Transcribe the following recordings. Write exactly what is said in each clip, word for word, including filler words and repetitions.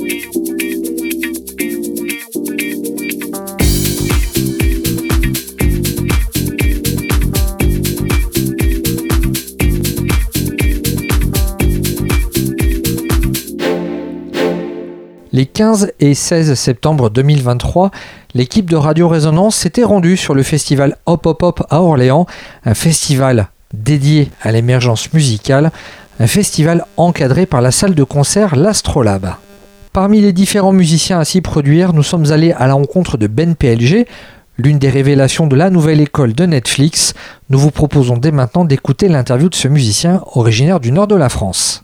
Les quinze et seize septembre deux mille vingt-trois, l'équipe de Radio Résonance s'était rendue sur le festival Hop Hop Hop à Orléans, un festival dédié à l'émergence musicale, un festival encadré par la salle de concert L'Astrolabe. Parmi les différents musiciens à s'y produire, nous sommes allés à la rencontre de Ben P L G, l'une des révélations de la nouvelle école de Netflix. Nous vous proposons dès maintenant d'écouter l'interview de ce musicien originaire du nord de la France.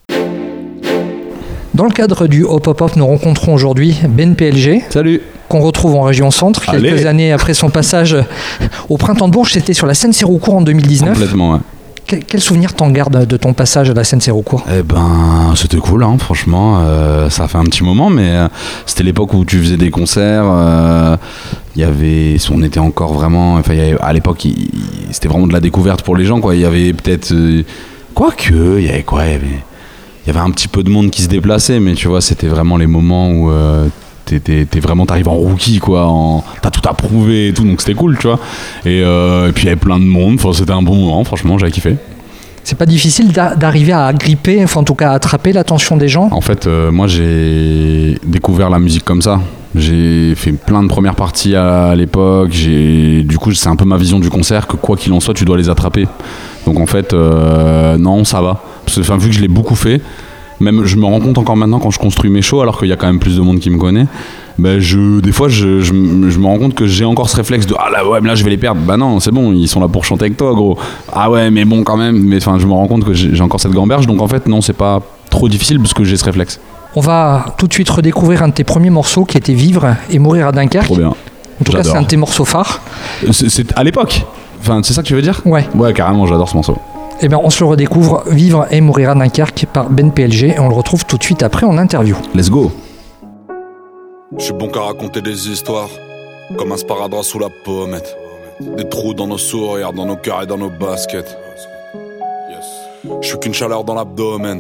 Dans le cadre du Hop Hop Hop, nous rencontrons aujourd'hui Ben P L G. Salut. Qu'on retrouve en région centre, quelques Allez. années après son passage au Printemps de Bourges. C'était sur la Seine-Séroucourt en deux mille dix-neuf. Complètement, ouais. Quel, quel souvenir t'en gardes de ton passage à la Seine-Séroucourt ? Eh ben, c'était cool, hein, franchement. Euh, ça fait un petit moment, mais euh, c'était l'époque où tu faisais des concerts. Il euh, y avait, on était encore vraiment. Enfin, y avait, à l'époque, y, y, c'était vraiment de la découverte pour les gens, quoi. Il y avait peut-être, euh, quoique, il y avait quoi, il y avait. Il y avait un petit peu de monde qui se déplaçait, mais tu vois, c'était vraiment les moments où euh, t'es, t'es, t'es vraiment, t'arrives en rookie, quoi. En, t'as tout approuvé et tout, donc c'était cool, tu vois. Et, euh, et puis il y avait plein de monde, enfin, c'était un bon moment, franchement, j'avais kiffé. C'est pas difficile d'a- d'arriver à agripper, enfin en tout cas à attraper l'attention des gens ? En fait, euh, moi j'ai découvert la musique comme ça. J'ai fait plein de premières parties à l'époque. J'ai, du coup, c'est un peu ma vision du concert que quoi qu'il en soit, tu dois les attraper. Donc en fait, euh, non, ça va. Parce que, enfin, vu que je l'ai beaucoup fait, même je me rends compte encore maintenant quand je construis mes shows, alors qu'il y a quand même plus de monde qui me connaît. Ben je, des fois, je, je, je me rends compte que j'ai encore ce réflexe de ah là ouais, mais là je vais les perdre. Bah non, c'est bon, ils sont là pour chanter avec toi, gros. Ah ouais, mais bon quand même. Mais enfin, je me rends compte que j'ai, j'ai encore cette gamberge. Donc en fait, non, c'est pas trop difficile parce que j'ai ce réflexe. On va tout de suite redécouvrir un de tes premiers morceaux qui était Vivre et mourir à Dunkerque. Trop bien. En tout J'adore. cas, c'est un de tes morceaux phares. C'est, c'est à l'époque. Enfin, c'est ça que tu veux dire ? Ouais. Ouais, carrément, j'adore ce morceau. Eh bien, on se le redécouvre, Vivre et mourir à Dunkerque par Ben P L G, et on le retrouve tout de suite après en interview. Let's go. Je suis bon qu'à raconter des histoires, comme un sparadrap sous la pommette. Des trous dans nos sourires, dans nos cœurs et dans nos baskets. Je suis qu'une chaleur dans l'abdomen.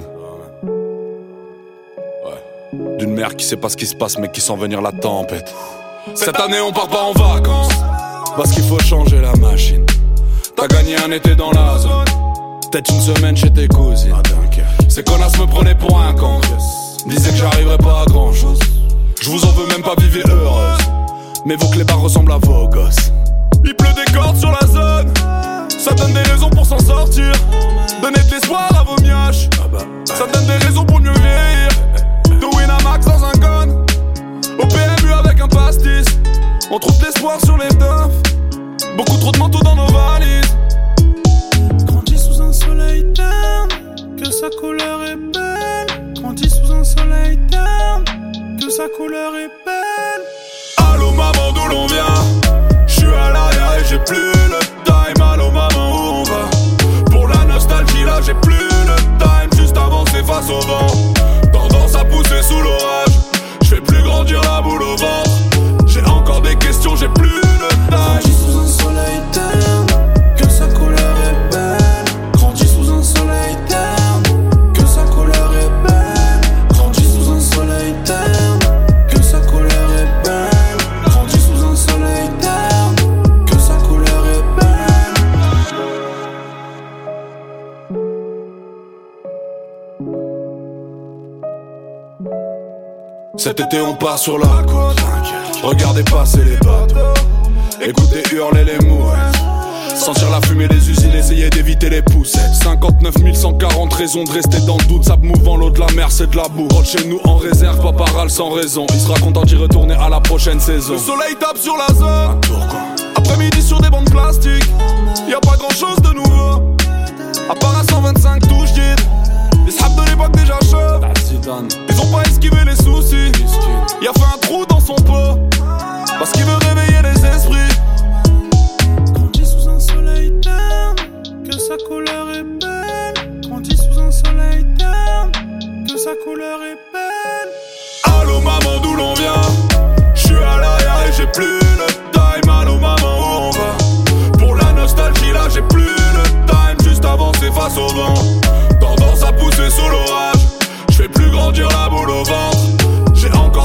Ouais. D'une mer qui sait pas ce qui se passe mais qui sent venir la tempête. Cette année on part pas en vacances, parce qu'il faut changer la machine. T'as gagné un été dans la zone, peut-être une semaine chez tes cousines. Ces connasses me prenaient pour un con, disaient que j'arriverais pas à grand chose. Je vous en veux même pas, vivre heureuse, mais vos clébards ressemblent à vos gosses. Il pleut des cordes sur la zone, ça donne des raisons pour s'en sortir. Donner de l'espoir à vos mioches, ça donne des raisons pour mieux vieillir. De Winamax dans un gun, au P M U avec un pastis. On trouve de l'espoir sur les dumps, beaucoup trop de manteaux dans nos valises. Grandis sous un soleil terne, que sa couleur est belle. Grandis sous un soleil terne, que sa couleur est belle. Allô maman, d'où l'on vient? J'suis à l'arrière et j'ai plus le time. Allô maman, où on va? Pour la nostalgie là j'ai plus le time. Juste avancer face au vent, tendance à pousser sous l'orage. J'fais plus grandir la boule au ventre. J'ai encore des questions, j'ai plus le time. Grandis sous un soleil terne, que sa couleur est belle. Grandis sous un soleil terne, que sa couleur est belle. Grandis sous un soleil terne, que sa couleur est belle. Grandis sous un soleil terne, que sa couleur est belle. Cet été on part sur la côte, regardez passer les bateaux, écoutez hurler les mouettes, sentir la fumée des usines, essayer d'éviter les poussettes. Cinquante-neuf mille cent quarante raisons de rester dans le doute. Sable mouvant, l'eau de la mer c'est de la boue. Rentre chez nous en réserve, papa râle sans raison. Il sera content d'y retourner à la prochaine saison. Le soleil tape sur la zone, après-midi sur des bancs de plastique. Y'a pas grand chose de nouveau, à part un cent vingt-cinq touches guide. Les sables de l'époque déjà chauds, ils ont pas esquivé les soucis. Il a fait un trou dans son pot, parce qu'il veut réveiller les esprits. Grandis sous un soleil terne, que sa couleur est belle. Grandis sous un soleil terne, que sa couleur est belle. Allô maman, d'où l'on vient? J'suis à l'arrière et j'ai plus le time. Allô maman, où on va? Pour la nostalgie là j'ai plus le time. Juste avancer face au vent, tendance à pousser sous l'orage. J'fais plus grandir la boule au ventre. J'ai encore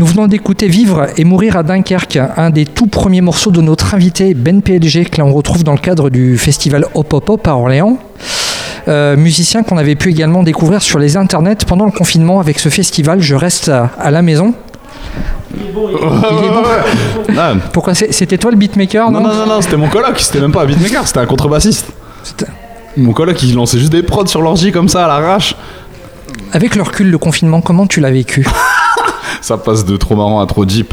venons d'écouter Vivre et mourir à Dunkerque, un des tout premiers morceaux de notre invité Ben P L G, que l'on retrouve dans le cadre du festival Hop Hop Hop à Orléans. Euh, musicien qu'on avait pu également découvrir sur les internets pendant le confinement avec ce festival Je reste à, à la maison. Il est bon, il est bon. Il est bon. Non. Pourquoi c'est, c'était toi le beatmaker? Non, non, non, non, c'était mon coloc, c'était même pas un beatmaker, c'était un contrebassiste. C'était... Mon coloc il lançait juste des prods sur l'ordi comme ça à l'arrache. Avec le recul, le confinement, comment tu l'as vécu? Ça passe de trop marrant à trop deep.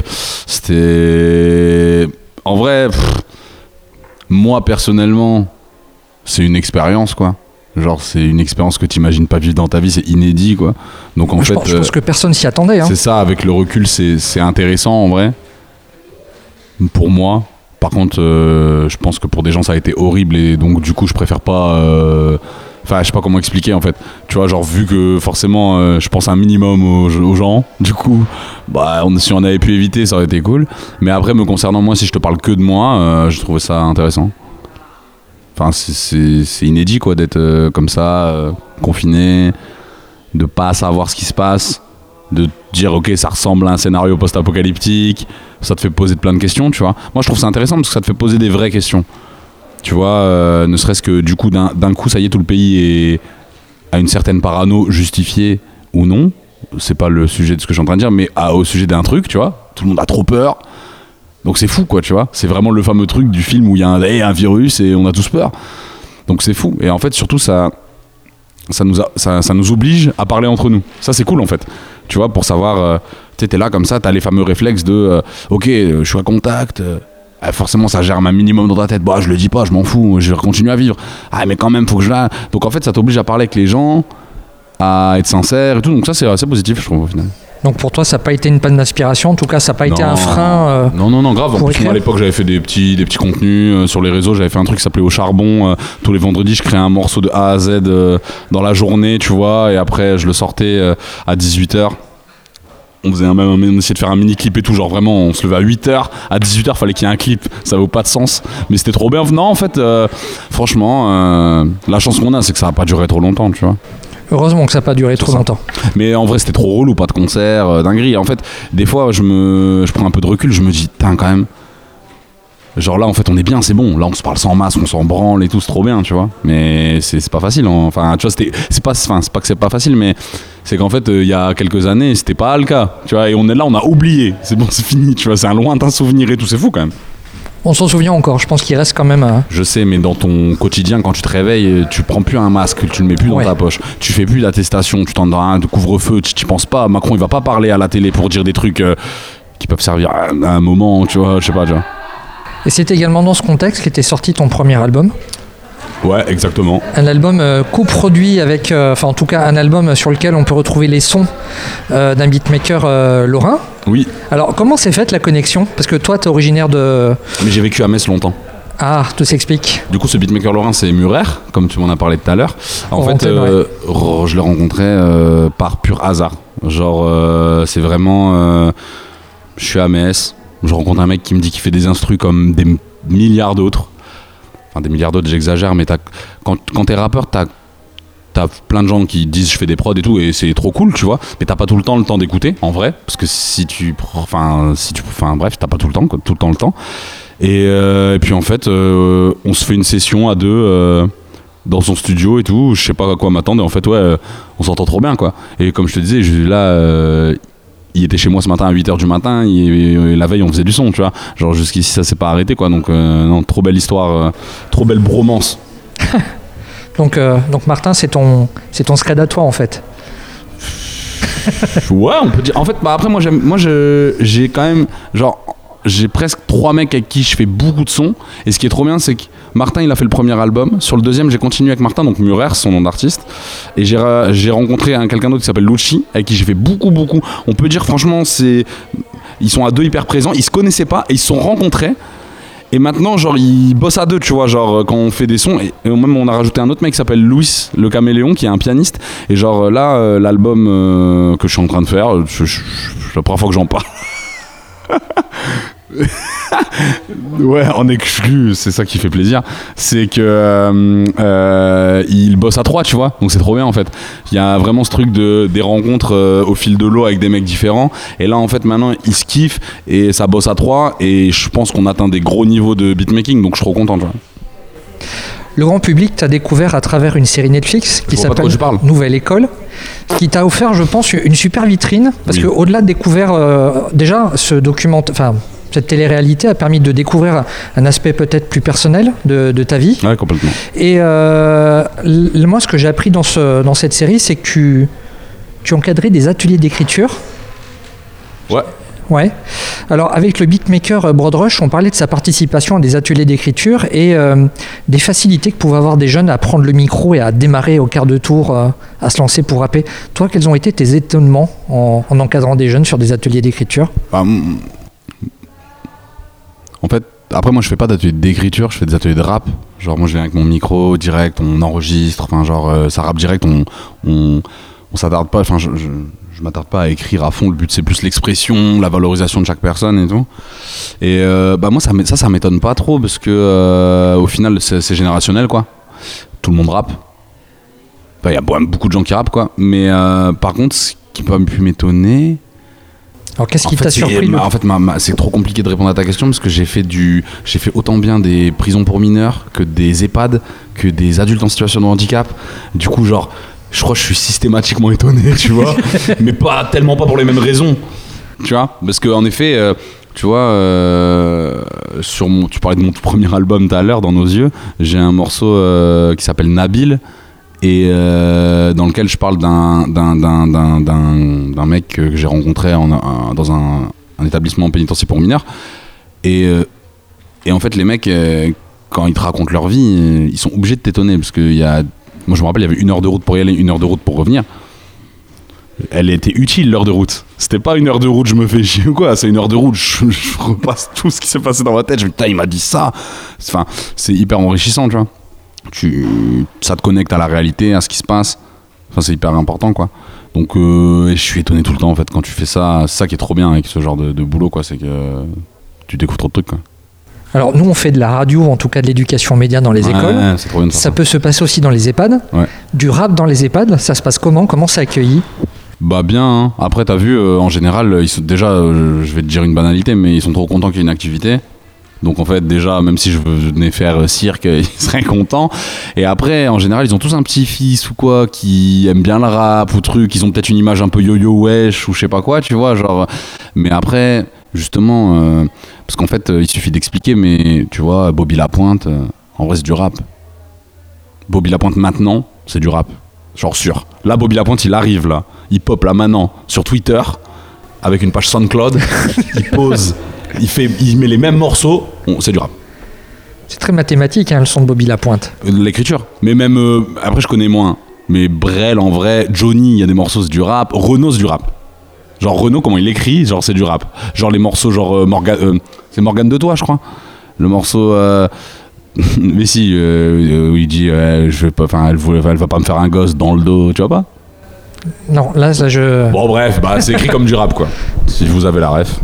C'était. En vrai, pff, moi personnellement, c'est une expérience quoi. Genre, c'est une expérience que tu imagines pas vivre dans ta vie, c'est inédit quoi. Donc en moi, fait. Je pense, je pense que personne s'y attendait. Hein. C'est ça, avec le recul, c'est, c'est intéressant en vrai. Pour moi. Par contre, euh, je pense que pour des gens ça a été horrible et donc du coup je préfère pas. Euh... Enfin, je sais pas comment expliquer en fait. Tu vois, genre vu que forcément, euh, je pense un minimum aux, aux gens. Du coup, bah, on, si on avait pu éviter, ça aurait été cool. Mais après, me concernant moi, si je te parle que de moi, euh, je trouvais ça intéressant. Enfin, c'est, c'est, c'est inédit quoi d'être euh, comme ça, euh, confiné, de pas savoir ce qui se passe. De dire ok ça ressemble à un scénario post-apocalyptique, ça te fait poser plein de questions, tu vois. Moi je trouve ça intéressant parce que ça te fait poser des vraies questions, tu vois, euh, ne serait-ce que du coup d'un, d'un coup ça y est tout le pays est à une certaine parano justifiée ou non, c'est pas le sujet de ce que je suis en train de dire, mais à, au sujet d'un truc, tu vois, tout le monde a trop peur, donc c'est fou quoi, tu vois, c'est vraiment le fameux truc du film où il y a un, hey, un virus et on a tous peur, donc c'est fou, et en fait surtout ça ça nous, a, ça, ça nous oblige à parler entre nous, ça c'est cool en fait. Tu vois, pour savoir, euh, tu sais, t'es là comme ça, t'as les fameux réflexes de euh, ok, euh, je suis à contact, euh, forcément ça germe un minimum dans ta tête, bah je le dis pas, je m'en fous, je vais continuer à vivre. Ah, mais quand même, faut que je la. Donc en fait, ça t'oblige à parler avec les gens, à être sincère et tout, donc ça c'est assez positif, je trouve, au final. Donc pour toi, ça n'a pas été une panne d'inspiration, en tout cas, ça n'a pas non, été un frein. Euh, non, non, non, grave. En plus, moi à l'époque, j'avais fait des petits, des petits contenus euh, sur les réseaux, j'avais fait un truc qui s'appelait Au Charbon. Euh, tous les vendredis, je créais un morceau de A à Z euh, dans la journée, tu vois, et après, je le sortais euh, à dix-huit heures. On faisait un même, on essayait de faire un mini clip et tout, genre vraiment on se levait à huit heures, à dix-huit heures fallait qu'il y ait un clip, ça vaut pas de sens, mais c'était trop bien. Non en fait, euh, franchement, euh, la chance qu'on a c'est que ça a pas duré trop longtemps, tu vois. Heureusement que ça n'a pas duré c'est trop ça. longtemps. Mais en vrai c'était trop relou, pas de concert, euh, dinguerie. En fait, des fois je me, je prends un peu de recul, je me dis, putain quand même, genre là en fait on est bien, c'est bon, là on se parle sans masque, on s'en branle et tout, c'est trop bien, tu vois. Mais c'est, c'est pas facile, hein. Enfin tu vois, c'était, c'est pas, enfin c'est pas que c'est pas facile, mais c'est qu'en fait il euh, y a quelques années c'était pas le cas, tu vois, et on est là, on a oublié, c'est bon, c'est fini, tu vois, c'est un lointain souvenir et tout, c'est fou quand même. On s'en souvient encore, je pense qu'il reste quand même un... Je sais, mais dans ton quotidien, quand tu te réveilles, tu prends plus un masque, tu le mets plus dans ouais. ta poche, tu fais plus d'attestation, tu t'en donnes un de couvre-feu, tu t'y penses pas, Macron il va pas parler à la télé pour dire des trucs euh, qui peuvent servir à, à un moment, tu vois, je sais pas, tu vois. Et c'était également dans ce contexte qu'était sorti ton premier album. Ouais, exactement. Un album euh, coproduit avec, euh, enfin en tout cas un album sur lequel on peut retrouver les sons euh, d'un beatmaker euh, lorrain. Oui. Alors comment s'est faite la connexion ? Parce que toi t'es originaire de... Mais j'ai vécu à Metz longtemps. Ah, tout s'explique. Du coup ce beatmaker lorrain c'est Murer, comme tu m'en as parlé tout à l'heure. En on fait euh, ouais. je l'ai rencontré euh, par pur hasard. Genre euh, c'est vraiment... Euh, je suis à Metz, je rencontre un mec qui me dit qu'il fait des instrus comme des milliards d'autres. Enfin, des milliards d'autres, j'exagère, mais t'as, quand, quand t'es rappeur, t'as, t'as plein de gens qui disent je fais des prods et tout, et c'est trop cool, tu vois, mais t'as pas tout le temps le temps d'écouter, en vrai, parce que si tu. Enfin, si tu, enfin bref, t'as pas tout le temps, tout le temps le temps. Et, euh, et puis en fait, euh, on se fait une session à deux euh, dans son studio et tout, je sais pas à quoi m'attendre, et en fait, ouais, euh, on s'entend trop bien, quoi. Et comme je te disais, je, là. Euh, il était chez moi ce matin à huit heures du matin et, et la veille on faisait du son, tu vois, genre jusqu'ici ça s'est pas arrêté quoi, donc euh, non, trop belle histoire, euh, trop belle bromance. donc, euh, donc Martin c'est ton, c'est ton scred à toi en fait. Ouais on peut dire, en fait bah après moi, j'aime, moi je, j'ai quand même genre j'ai presque trois mecs avec qui je fais beaucoup de sons, et ce qui est trop bien c'est que Martin il a fait le premier album, sur le deuxième j'ai continué avec Martin, donc Murer son nom d'artiste, et j'ai, j'ai rencontré un, quelqu'un d'autre qui s'appelle Lucci avec qui j'ai fait beaucoup beaucoup, on peut dire franchement c'est, ils sont à deux hyper présents, ils se connaissaient pas et ils se sont rencontrés, et maintenant genre ils bossent à deux, tu vois, genre quand on fait des sons, et, et même on a rajouté un autre mec qui s'appelle Louis le Caméléon qui est un pianiste, et genre là euh, l'album euh, que je suis en train de faire, je, je, je, c'est la première fois que j'en parle. Ouais, en exclu, c'est ça qui fait plaisir. C'est que euh, euh, ils bossent à trois, tu vois. Donc c'est trop bien en fait. Il y a vraiment ce truc de des rencontres euh, au fil de l'eau avec des mecs différents. Et là en fait maintenant ils se kiffent et ça bosse à trois. Et je pense qu'on atteint des gros niveaux de beatmaking. Donc je suis trop content, tu vois. Le grand public t'a découvert à travers une série Netflix qui s'appelle Nouvelle École, qui t'a offert, je pense, une super vitrine. Parce oui. qu'au-delà de découvrir, euh, déjà, ce document, enfin, cette télé-réalité a permis de découvrir un aspect peut-être plus personnel de, de ta vie. Ouais, complètement. Et euh, l- moi, ce que j'ai appris dans, ce, dans cette série, c'est que tu, tu encadrais des ateliers d'écriture. Ouais. Ouais. Alors avec le beatmaker Broadrush, on parlait de sa participation à des ateliers d'écriture et euh, des facilités que pouvaient avoir des jeunes à prendre le micro et à démarrer au quart de tour, euh, à se lancer pour rapper. Toi, quels ont été tes étonnements en, en encadrant des jeunes sur des ateliers d'écriture ? Bah, en fait, après moi je fais pas d'ateliers d'écriture, je fais des ateliers de rap. Genre moi je viens avec mon micro direct, on enregistre, enfin genre euh, ça rappe direct, on on, on s'attarde pas, enfin je, je je m'attarde pas à écrire à fond, le but c'est plus l'expression, la valorisation de chaque personne et tout. Et euh, bah moi ça, ça ça m'étonne pas trop parce que euh, au final c'est, c'est générationnel quoi. Tout le monde rappe. Il y a beaucoup de gens qui rappent quoi. Mais euh, par contre ce qui peut pu m'étonner. Alors qu'est-ce qui en fait, t'a surpris ma, En fait ma, ma, c'est trop compliqué de répondre à ta question parce que j'ai fait du j'ai fait autant bien des prisons pour mineurs que des EHPAD, que des adultes en situation de handicap. Du coup genre je crois que je suis systématiquement étonné, tu vois, mais pas tellement pas pour les mêmes raisons, tu vois, parce qu'en effet, euh, tu vois, euh, sur mon, tu parlais de mon tout premier album tout à l'heure, Dans nos yeux, j'ai un morceau euh, qui s'appelle Nabil, et euh, dans lequel je parle d'un, d'un, d'un, d'un, d'un, d'un mec que j'ai rencontré en, un, dans un, un établissement pénitentiaire pour mineurs, et, euh, et en fait les mecs, euh, quand ils te racontent leur vie, ils sont obligés de t'étonner, parce qu'il y a... Moi je me rappelle, il y avait une heure de route pour y aller, une heure de route pour revenir. Elle était utile l'heure de route. C'était pas une heure de route, je me fais chier ou quoi. C'est une heure de route, je, je repasse tout ce qui s'est passé dans ma tête. Je me dis, putain, il m'a dit ça. Enfin, c'est hyper enrichissant, tu vois. Tu, ça te connecte à la réalité, à ce qui se passe. Enfin, c'est hyper important, quoi. Donc, euh, je suis étonné tout le temps, en fait, quand tu fais ça. C'est ça qui est trop bien avec ce genre de, de boulot, quoi. C'est que tu découvres trop de trucs, quoi. Alors nous on fait de la radio, en tout cas de l'éducation média dans les ouais, écoles, ouais, c'est trop bien de faire ça ça. peut se passer aussi dans les EHPAD, ouais. Du rap dans les EHPAD, ça se passe comment ? Comment c'est accueilli ? Bah bien, hein. Après t'as vu, euh, en général, ils sont, déjà, euh, je vais te dire une banalité, mais ils sont trop contents qu'il y ait une activité. Donc en fait déjà, même si je venais faire cirque, ils seraient contents. Et après, en général, ils ont tous un petit-fils ou quoi, qui aime bien le rap ou truc, ils ont peut-être une image un peu yo-yo wesh ou je sais pas quoi, tu vois, genre... Mais après... Justement, euh, parce qu'en fait, euh, il suffit d'expliquer, mais tu vois, Bobby Lapointe, euh, en vrai, c'est du rap. Bobby Lapointe maintenant, c'est du rap. Genre sûr. Là, Bobby Lapointe, il arrive là. Il pop là maintenant sur Twitter, avec une page SoundCloud. Il pose, il, fait, il met les mêmes morceaux. Bon, c'est du rap. C'est très mathématique, hein, le son de Bobby Lapointe. Euh, l'écriture. Mais même, euh, après, je connais moins. Mais Brel, en vrai, Johnny, il y a des morceaux, c'est du rap. Renaud, c'est du rap. Genre Renaud, comment il écrit, genre c'est du rap. Genre les morceaux, genre euh, Morgan, euh, c'est Morgane de Toi, je crois. Le morceau, euh, mais si, euh, où il dit, euh, je vais pas, enfin, elle, elle va pas me faire un gosse dans le dos, tu vois pas ? Non, là, ça je. Bon bref, bah c'est écrit comme du rap quoi. Si vous avez la ref.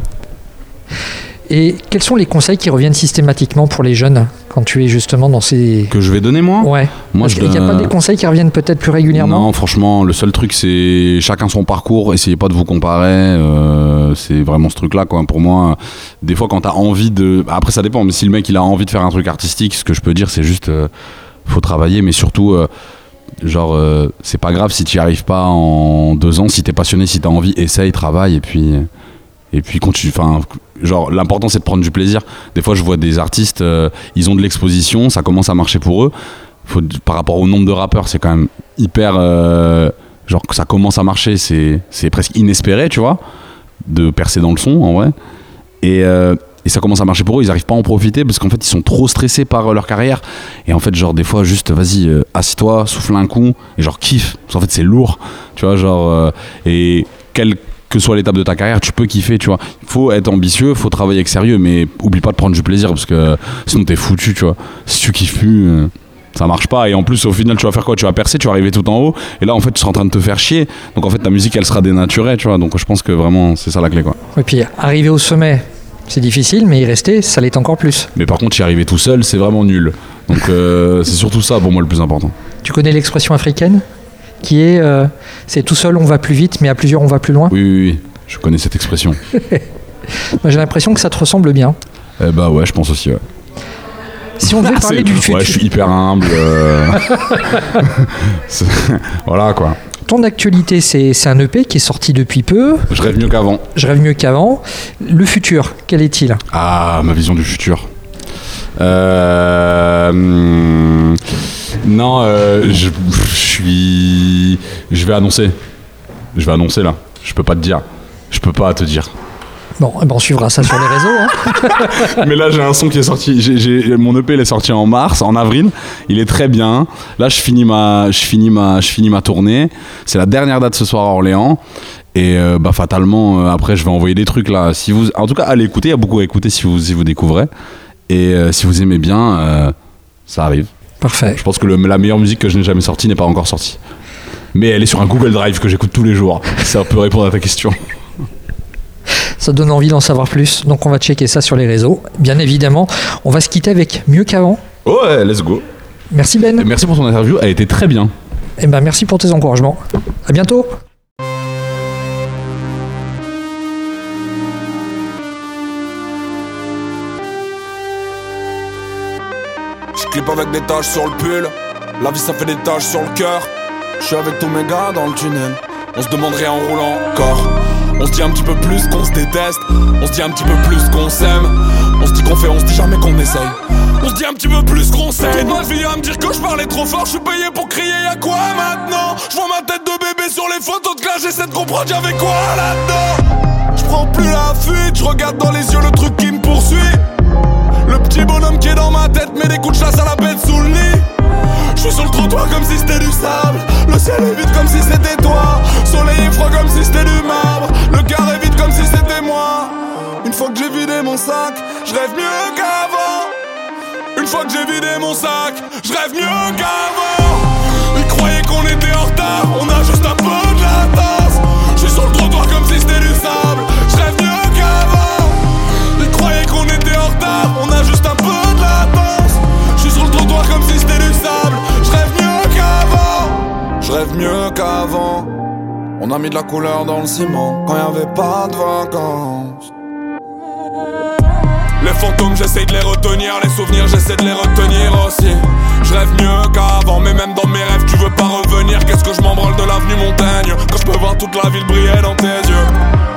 Et quels sont les conseils qui reviennent systématiquement pour les jeunes quand tu es justement dans ces... Que je vais donner moi ? Ouais. Moi, Parce je qu'il n'y a donne... pas des conseils qui reviennent peut-être plus régulièrement ? Non, franchement, le seul truc c'est chacun son parcours, essayez pas de vous comparer, euh, c'est vraiment ce truc là quoi. Pour moi, des fois quand t'as envie de... Après ça dépend, mais si le mec il a envie de faire un truc artistique, ce que je peux dire c'est juste, euh, faut travailler, mais surtout... Euh, genre euh, c'est pas grave si tu y arrives pas en deux ans, si t'es passionné, si t'as envie, essaye, travaille et puis... Et puis continue, enfin, genre l'important c'est de prendre du plaisir. Des fois je vois des artistes, euh, ils ont de l'exposition, ça commence à marcher pour eux. Faut, par rapport au nombre de rappeurs, c'est quand même hyper, euh, genre que ça commence à marcher, c'est, c'est presque inespéré, tu vois, de percer dans le son en vrai. Et, euh, et ça commence à marcher pour eux, ils arrivent pas à en profiter parce qu'en fait ils sont trop stressés par leur carrière. Et en fait genre des fois juste vas-y, euh, assis-toi, souffle un coup et genre kiffe. Parce qu'en fait c'est lourd, tu vois, genre euh, et quel que soit l'étape de ta carrière, tu peux kiffer, tu vois. Il faut être ambitieux, faut travailler avec sérieux, mais oublie pas de prendre du plaisir parce que sinon t'es foutu, tu vois. Si tu kiffes plus, euh, ça marche pas. Et en plus, au final, tu vas faire quoi ? Tu vas percer, tu vas arriver tout en haut, et là, en fait, tu seras en train de te faire chier. Donc, en fait, ta musique, elle sera dénaturée, tu vois. Donc, je pense que vraiment, c'est ça la clé, quoi. Et puis, arriver au sommet, C'est difficile, mais y rester, ça l'est encore plus. Mais par contre, y arriver tout seul, c'est vraiment nul. Donc euh, c'est surtout ça pour moi le plus important. Tu connais l'expression africaine qui est euh, c'est tout seul on va plus vite, mais à plusieurs on va plus loin. Oui, oui, oui. Je connais cette expression. Moi, j'ai l'impression que ça te ressemble bien. Eh bah ouais, je pense aussi, ouais. Si on devait parler C'est- du futur, Ouais, je suis hyper humble. euh. C'est- voilà quoi. ton actualité, c'est, c'est un E P qui est sorti depuis peu. Je rêve mieux qu'avant. Je rêve mieux qu'avant. Le futur, quel est-il ? Ah, ma vision du futur. Euh, hum, non, euh, je, je suis. Je vais annoncer. Je vais annoncer là. Je peux pas te dire. Je peux pas te dire. Bon, eh ben, on suivra ça sur les réseaux. Hein. Mais là, j'ai un son qui est sorti. J'ai, j'ai- mon E P, il est sorti en mars, en avril. Il est très bien. Là, je finis ma, je finis ma, je finis ma tournée. C'est la dernière date ce soir à Orléans. Et euh, bah fatalement, euh, après, je vais envoyer des trucs là. Si vous, en tout cas, allez écouter. Il y a beaucoup à écouter si vous, si vous découvrez. Et euh, si vous aimez bien, euh, ça arrive. Parfait. Je pense que le- la meilleure musique que je n'ai jamais sortie n'est pas encore sortie. Mais elle est sur un Google Drive que j'écoute tous les jours. Ça peut répondre à ta question. Ça donne envie d'en savoir plus. Donc, on va checker ça sur les réseaux. Bien évidemment, on va se quitter avec mieux qu'avant. Ouais, let's go. Merci Ben. Merci pour ton interview. Elle était très bien. Et ben, merci pour tes encouragements. À bientôt. Je clip avec des taches sur le pull. La vie ça fait des taches sur le cœur. Je suis avec tous mes gars dans le tunnel. On se demanderait en roulant encore. On se dit un petit peu plus qu'on se déteste. On se dit un petit peu plus qu'on s'aime. On se dit qu'on fait, on se dit jamais qu'on essaye. On se dit un petit peu plus qu'on s'aime. Toute ma vie à me dire que je parlais trop fort. Je suis payé pour crier, y'a quoi maintenant? Je vois ma tête de bébé sur les photos de classe. J'essaie de comprendre y'avait quoi là-dedans. Je prends plus la fuite. Je regarde dans les yeux le truc qui me poursuit. Le petit bonhomme qui est dans ma tête met des coups de chasse à la bête sous le lit. Je suis sur le trottoir comme si c'était du sable. Le ciel est vide comme si c'était toi. Soleil est froid comme si c'était du marbre. Le cœur est vide comme si c'était moi. Une fois que j'ai vidé mon sac, je rêve mieux qu'avant. Une fois que j'ai vidé mon sac, je rêve mieux qu'avant. Ils croyaient qu'on était en retard, on a juste un peu de latence. Je suis sur le trottoir comme si c'était du sable. Je rêve mieux qu'avant. Ils croyaient qu'on était en retard, on a juste un peu de latence. Je suis sur le trottoir comme si c'était du sable. Je rêve mieux qu'avant. Je rêve mieux qu'avant. On a mis de la couleur dans le ciment quand y avait pas de vacances. Les fantômes j'essaye de les retenir, les souvenirs j'essaie de les retenir aussi. Je rêve mieux qu'avant, mais même dans mes rêves tu veux pas revenir. Qu'est-ce que je m'en branle de l'avenue Montaigne quand je peux voir toute la ville briller dans tes yeux.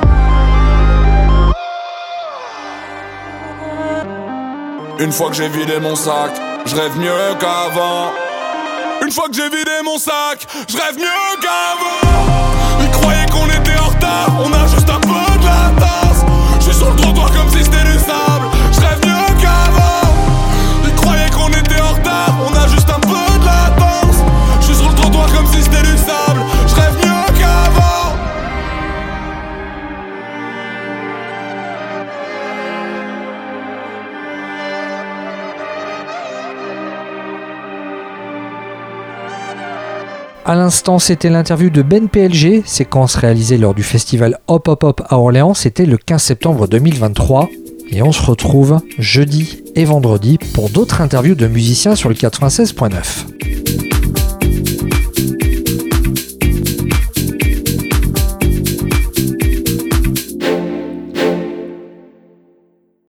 Une fois que j'ai vidé mon sac, je rêve mieux qu'avant. Une fois que j'ai vidé mon sac, je rêve mieux qu'avant. Ils croyaient qu'on était en retard, on a juste un peu de latence. Je suis sur le trottoir comme si c'était du sable. Je rêve mieux qu'avant. Ils croyaient qu'on était en retard, on a juste un peu de latence. Je suis sur le trottoir comme si c'était du sable. Je rêve mieux qu'avant. À l'instant, c'était l'interview de Ben P L G, séquence réalisée lors du festival Hop Hop Hop à Orléans. C'était le quinze septembre deux mille vingt-trois. Et on se retrouve jeudi et vendredi pour d'autres interviews de musiciens sur le quatre-vingt-seize neuf.